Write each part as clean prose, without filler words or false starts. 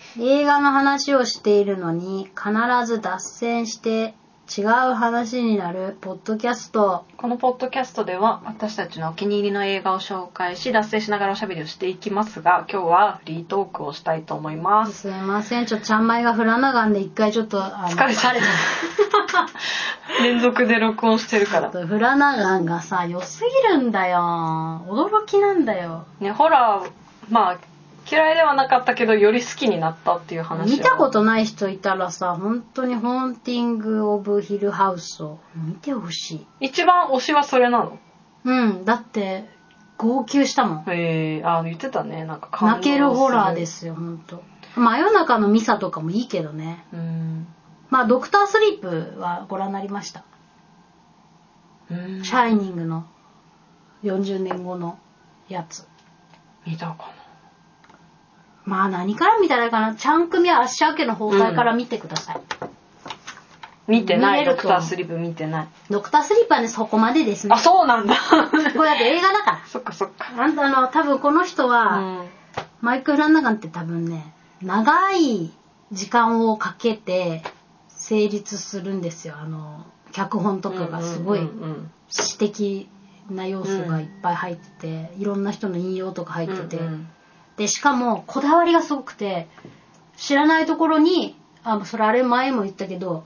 映画の話をしているのに必ず脱線して違う話になるポッドキャスト。 このポッドキャストでは私たちのお気に入りの映画を紹介し脱線しながらおしゃべりをしていきますが、今日はフリートークをしたいと思います。 すいません、ちゃんまいがフラナガンで一回ちょっと疲れちゃった連続で録音してるからフラナガンがさ良すぎるんだよ。驚きなんだよね。ホラーまあ嫌いではなかったけどより好きになったっていう話。 見たことない人いたらさ、本当にホーンティング・オブ・ヒルハウスを見てほしい。 一番推しはそれなの？ うん、だって号泣したもん。 言ってたね。なんか泣けるホラーですよ、本当。真夜中のミサとかもいいけどね。まあドクタースリープはご覧になりました？シャイニングの40年後のやつ見たかな。 まあ何から見たらいいかな。チャンクミはアッシャー家の崩壊から見てください。 見てない。ドクタースリープ見てない。 ドクタースリープはねそこまでですね。 あ、そうなんだこれだって映画だから。 そっかそっか。 多分この人は、マイク・フラナガンって多分ね長い時間をかけて成立するんですよ。脚本とかがすごい詩的な要素がいっぱい入ってて、いろんな人の引用とか入ってて、でしかもこだわりがすごくて、知らないところにそれあれ前も言ったけど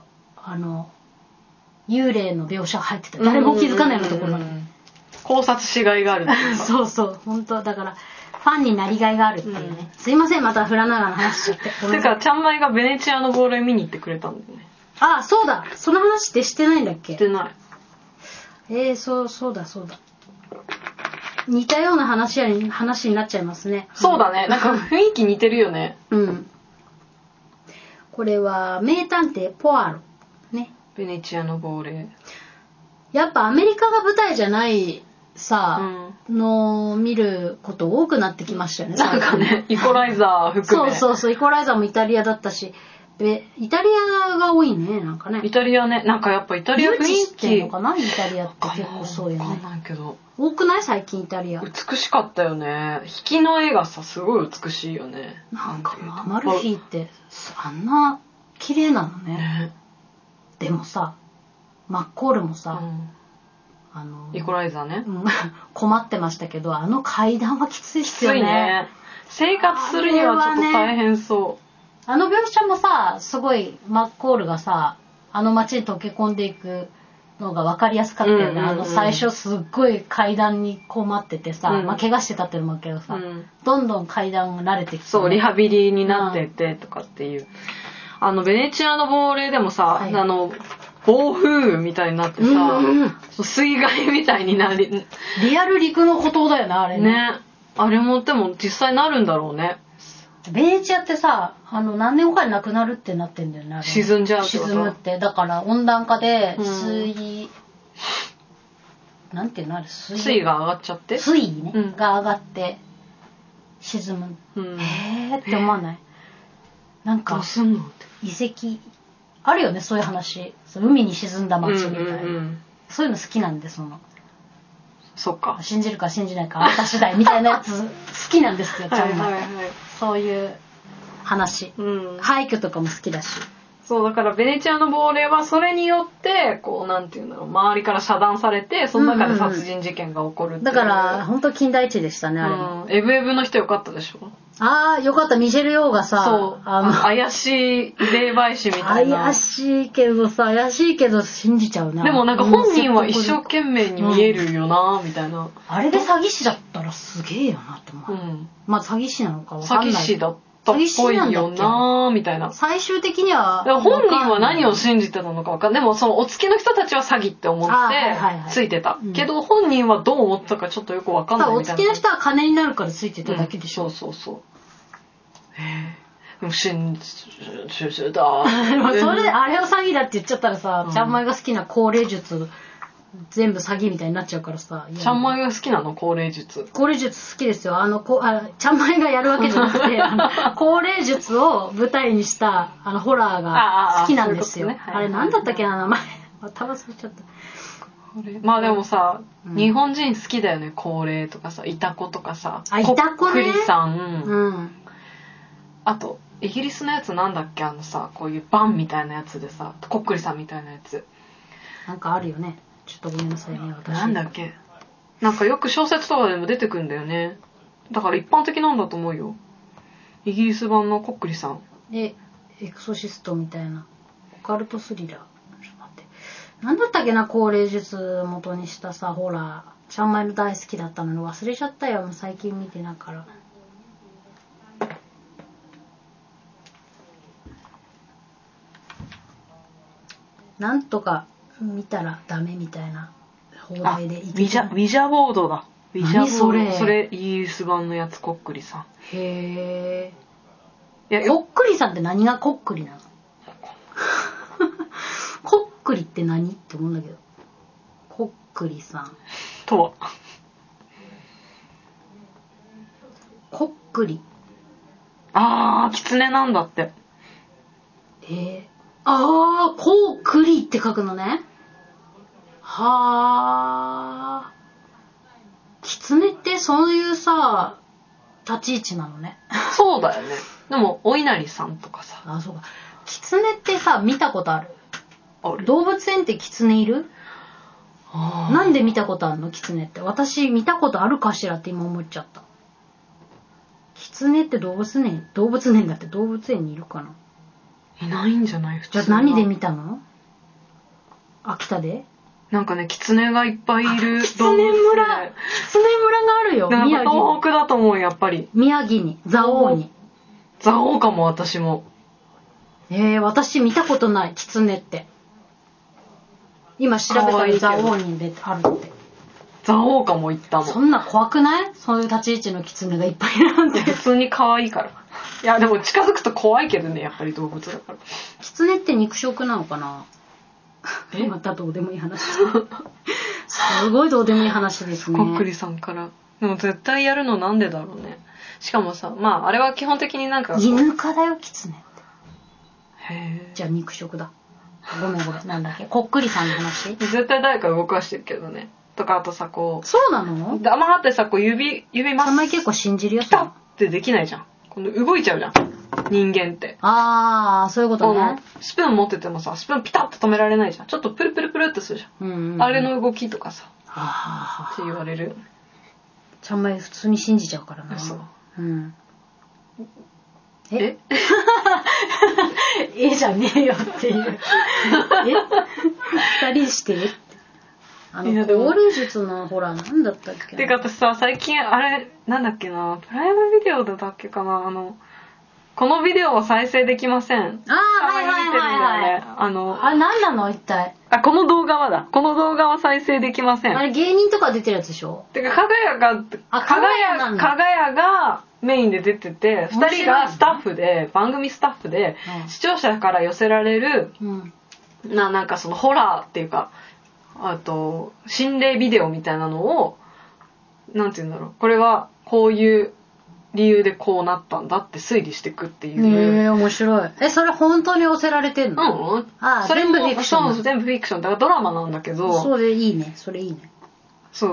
幽霊の描写が入ってて誰も気づかないようなところに考察しがいがあるっていうかそうそう本当だからファンになりがいがあるっていうね、すいませんまたフラナガンの話しちゃっててかちゃんまいがベネチアのボールへ見に行ってくれたんだよね。 あ、そうだ、その話ってしてないんだっけ？ してない。 そうだ似たような話になっちゃいますね。 そうだね、なんか雰囲気似てるよね。 これは名探偵ポアロね。 ベネチアの亡霊。 やっぱアメリカが舞台じゃないさ、の見ること多くなってきましたよね。 なんかね、イコライザー含め。 そうイコライザーもイタリアだったし、イタリアが多いね。なんかね。 イタリアね、なんかやっぱイタリア雰囲気のかな。イタリアって結構そうよね。 わかんないけど。 多くない最近イタリア。 美しかったよね。引きの絵がさすごい美しいよね。 なんかアマルフィってあんな綺麗なのね。でもさ、マッコールもさ、 イコライザーね。 困ってましたけど、階段はきついですよね。 きついね。生活するにはちょっと大変そう。 描写もさ、すごいマッコールがさ、街に溶け込んでいくのが分かりやすかったよね。最初すっごい階段に困っててさ、まあ怪我してたっていうのもあるけどさ、どんどん階段が慣れてきて、 そうリハビリになってってとかっていう。ベネチアの亡霊でもさ、暴風雨みたいになってさ、水害みたいになり、 リアル陸の孤島だよねあれね。 あれもでも実際なるんだろうね。 ベネチアってさ、何年後かになくなるってなってんだよね。あれ沈んじゃうってこと？ 沈むって。だから温暖化でなんていうのあれ、 水位が上がっちゃって、 水位ね、が上がって沈む。って思わない？なんかどうすんのって遺跡あるよね、そういう話。海に沈んだ街みたいな、そういうの好きなんで、 そっか、 信じるか信じないかあなた次第みたいなやつ好きなんですよ。ちゃんとそういう話、廃墟とかも好きだし。 そうだからベネチアの亡霊はそれによってこうなんていうんだろう、周りから遮断されてその中で殺人事件が起こるっていう、 だから本当金田一でしたねあれも。 エブエブの人よかったでしょ。 ああよかった。ミシェル・ヨーがさ、 そう怪しい霊媒師みたいな。 怪しいけど信じちゃうな。 でもなんか本人は一生懸命に見えるよな、みたいな。 あれで詐欺師だったらすげえよなって思う。まあ詐欺師なのかわかんない。 詐欺師だったっぽいよなみたいな。 最終的には本人は何を信じてたのか分かんない。でもそのお付きの人たちは詐欺って思ってついてた、けど本人はどう思ってたかちょっとよく分かんないみたいな。 お付きの人は金になるからついてただけでしょ、 そうでも信じだそれであれを詐欺だって言っちゃったらさ、ちゃんまいが好きな高齢術全部詐欺みたいになっちゃうからさ。 ちゃんまいが好きなの？高齢術好きですよ。ちゃんまいがやるわけじゃなくて高齢術を舞台にしたホラーが好きなんですよ。あれなんだったっけな、名前また忘れちゃった。 まあでもさ、日本人好きだよね。高齢とかさ、イタコとかさ、 イタコね、 クリさん、あとイギリスのやつなんだっけ、さ、こういうバンみたいなやつでさ、こっくりさんみたいなやつ。 なんかあるよね。ちょっとごめんなさいね、私。 なんだっけ。なんかよく小説とかでも出てくんだよね。だから一般的なんだと思うよ。イギリス版のこっくりさん。 エクソシストみたいな。オカルトスリラー。ちょっと待って。なんだったっけな、高齢術元にしたさ、ホラー。ちゃんまいの大好きだったのに忘れちゃったよ。もう最近見てないから。なんとか見たらダメみたいな放題でウィジャボードだ。ウィジャボード。それイギリス版のやつ、こっくりさん。 へえ。こっくりさんって何がこっくりなの？こっくりって何って思うんだけど。こっくりさん。 とは。 こっくり。 狐なんだって。 こうくりって書くのね。はあ。狐ってそういうさ、立ち位置なのね。 そうだよね。でも、お稲荷さんとかさ。 そうか。狐ってさ、見たことある？動物園って狐いる？なんで見たことあるの？狐って。私見たことあるかしらって今思っちゃった。狐って動物園だって動物園にいるかな？ いないんじゃない？普通は。 じゃあ何で見たの？秋田で？ なんかね、狐がいっぱいいる動物園。 狐村があるよ。 宮城。東北だと思う、やっぱり。 宮城に、蔵王に。 蔵王かも、私も。 私見たことない、狐って。今調べたら蔵王にあるって。 蔵王かも行ったの。 そんな怖くない？そういう立ち位置の狐がいっぱいいるなんて。 普通に可愛いから。いや、でも近づくと怖いけどね、やっぱり動物だから。 狐って肉食なのかな？またどうでもいい話。すごいどうでもいい話ですね。 こっくりさんから。でも絶対やるのなんでだろうね。しかもさ、あれは基本的になんか。 犬科だよ、狐って。 へじゃあ肉食だ。ごめん。なんだっけ？こっくりさんの話？ 絶対誰か動かしてるけどね。とか、あとさ、こう。 そうなの？ 黙ってさ、こう指まっす。結構信じるよ。 ピタッってできないじゃん。この動いちゃうじゃん。人間って。 そういうことね。 スプーン持っててもさ、スプーンピタッと止められないじゃん。ちょっとプルプルプルってするじゃん。あれの動きとかさ。って言われる。 ちゃんまい普通に信じちゃうからな。 そう。 じゃねえよっていう。二人して高齢術のほら、なんだったっけ？ てか私さ、最近あれ、なんだっけな、プライムビデオだったっけかな、このビデオは再生できません。 はい。なんなの一体。 この動画はだ。この動画は再生できません。 あれ芸人とか出てるやつでしょ？ てか、かがやがメインで出てて、二人がスタッフで、番組スタッフで、視聴者から寄せられる、なんかそのホラーっていうか、あと、心霊ビデオみたいなのを、なんて言うんだろう。これはこういう理由でこうなったんだって推理していくっていう。 面白い。それ本当に寄せられてんの？ それも全部フィクション。そう、全部フィクション。だからドラマなんだけど。 それいいね。 そう。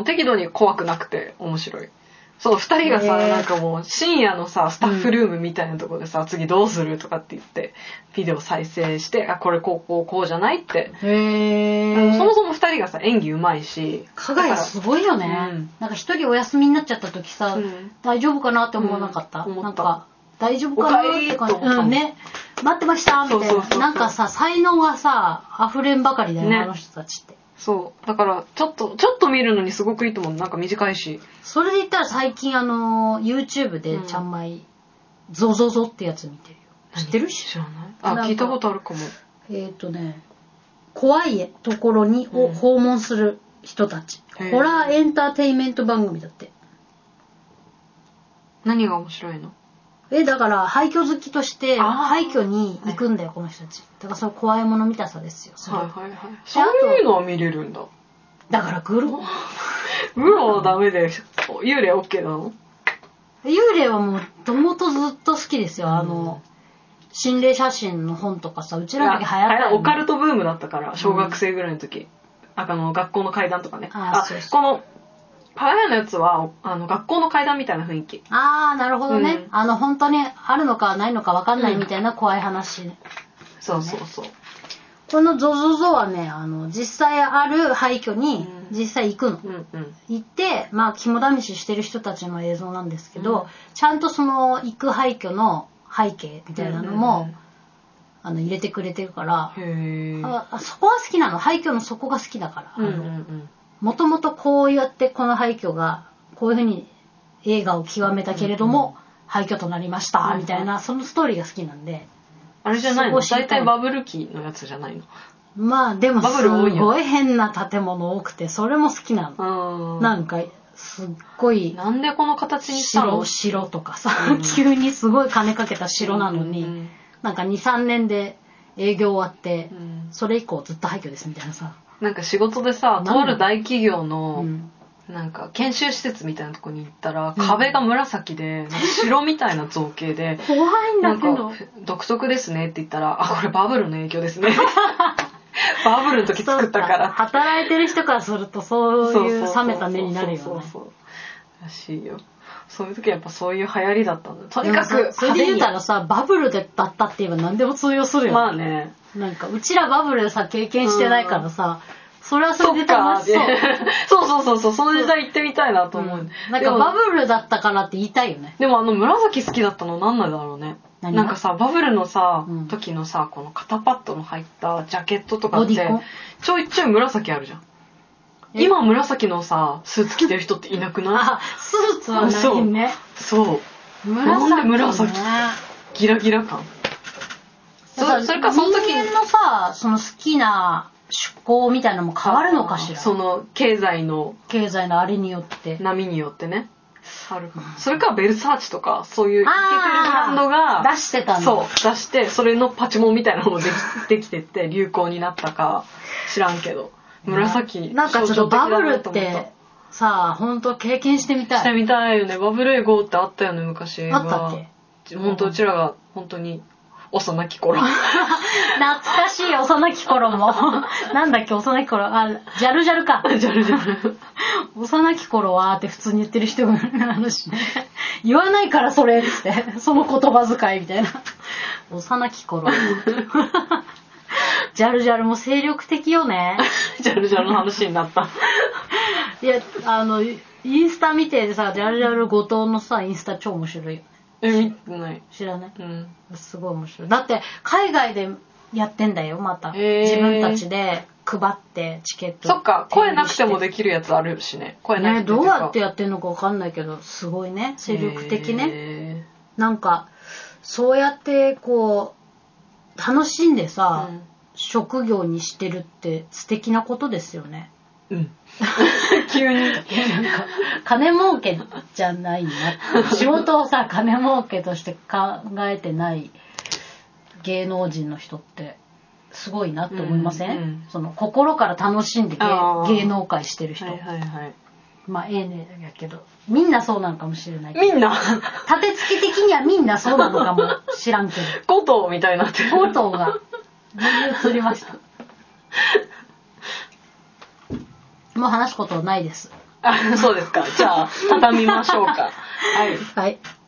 適度に怖くなくて面白い。そう、二人がさ、なんかもう深夜のさ、スタッフルームみたいなところでさ、次どうするとかって言って、ビデオ再生して、これこうじゃないって。そもそも二人がさ、演技うまいし。 かがやすごいよね。なんか一人お休みになっちゃった時さ、大丈夫かなって思わなかった？なんか、大丈夫かなって感じ。ね。待ってましたみたいな。なんかさ、才能がさ、溢れんばかりだよね、あの人たちって。 そう。だから、ちょっと見るのにすごくいいと思う。なんか短いし。 それで言ったら最近YouTube でちゃんまい、ゾゾゾってやつ見てるよ。知ってる？ 知らない。聞いたことあるかも。 怖いところに訪問する人たち。ホラーエンターテインメント番組だって。 何が面白いの？ だから廃墟好きとして廃墟に行くんだよ、この人たち。だからそれ怖いもの見たさですよ。 そういうのは見れるんだ。 だからグロはダメで、幽霊 OK なの？ 幽霊はもともとずっと好きですよ。心霊写真の本とかさ、うちらの時流行ったよね。 オカルトブームだったから、小学生ぐらいの時。学校の階段とかね。 そうこの加賀屋のやつは学校の階段みたいな雰囲気。 ああ、なるほどね。本当にあるのかないのか分かんないみたいな怖い話、ね。 そうそうそう。 このゾゾゾはね、実際ある廃墟に実際行くの。行って、まあ、肝試ししてる人たちの映像なんですけど、ちゃんとその行く廃墟の背景みたいなのも、入れてくれてるから、そこは好きなの。廃墟のそこが好きだから。もともとこうやってこの廃墟が、こういうふうに映画を極めたけれども、廃墟となりました、みたいな、そのストーリーが好きなんで。 あれじゃないの？大体バブル期のやつじゃないの？ まあでもすごい変な建物多くて、それも好きなの。なんかすっごい。 なんでこの形にしたの？ 城とかさ、急にすごい金かけた城なのに、なんか2、3年で営業終わって、それ以降ずっと廃墟ですみたいなさ。 なんか仕事でさ、とある大企業の、なんか研修施設みたいなとこに行ったら、壁が紫で城みたいな造形で怖いんだけど、 なんか独特ですねって言ったら、あ、これバブルの影響ですねバブルの時作ったから。 働いてる人からするとそういう冷めた目になるよね。 らしいよ。そういう時はやっぱそういう流行りだったんだ。とにかくそれで言うたらさ、バブルだったって言えば何でも通用するよね。 まあね。 なんかうちらバブルさ経験してないからさ、それはそれで楽しそう。 そう、その時代行ってみたいなと思う。 なんかバブルだったからって言いたいよね。 でも紫好きだったの何なんだろうね。なんかさ、バブルのさ、時のさ、この肩パッドの入ったジャケットとかって、ちょいちょい紫あるじゃん。今紫のさ、スーツ着てる人っていなくない？ あ、スーツはないね。 そう。なんで紫？ギラギラ感。 それかその時人間のさ、その好きな趣向みたいなのも変わるのかしら。 その経済のあれによって。 波によってね。それかベルサーチとかそういうイケてるブランドが出してたんだ。 そう出して、それのパチモンみたいなのもできてって流行になったか知らんけど、紫なんかちょっとバブルってさあ本当経験してみたい。 してみたいよね。バブル英語ってあったよね昔。 あったっけ？ 本当うちらが本当に幼き頃懐かしい幼き頃もなんだっけ幼き頃、ジャルジャルかジャルジャル幼き頃はって普通に言ってる人があるしね言わないからそれってその言葉遣いみたいな幼き頃ジャルジャルも精力的よねジャルジャルの話になったいやインスタ見てさ、ジャルジャル後藤のさインスタ超面白いよ。 見てない。 知らない、すごい面白い。だって海外でやってんだよまた。自分たちで配ってチケット。 そっか、声なくてもできるやつあるしね。声なくてどうやってやってんのか分かんないけどすごいね、精力的ね。なんかそうやってこう楽しんでさ、職業にしてるって素敵なことですよね。 急になんか金儲けじゃないなって仕事をさ金儲けとして考えてない芸能人の人ってすごいなって思いません？その心から楽しんで芸能界してる人、まあねやけどみんなそうなのかもしれないけど、 みんな立て付け的にはみんなそうなのかも知らんけど5頭みたいになってる。 5頭が映りましたもう話すことないです。 そうですか。じゃあ畳みましょうか。 はい。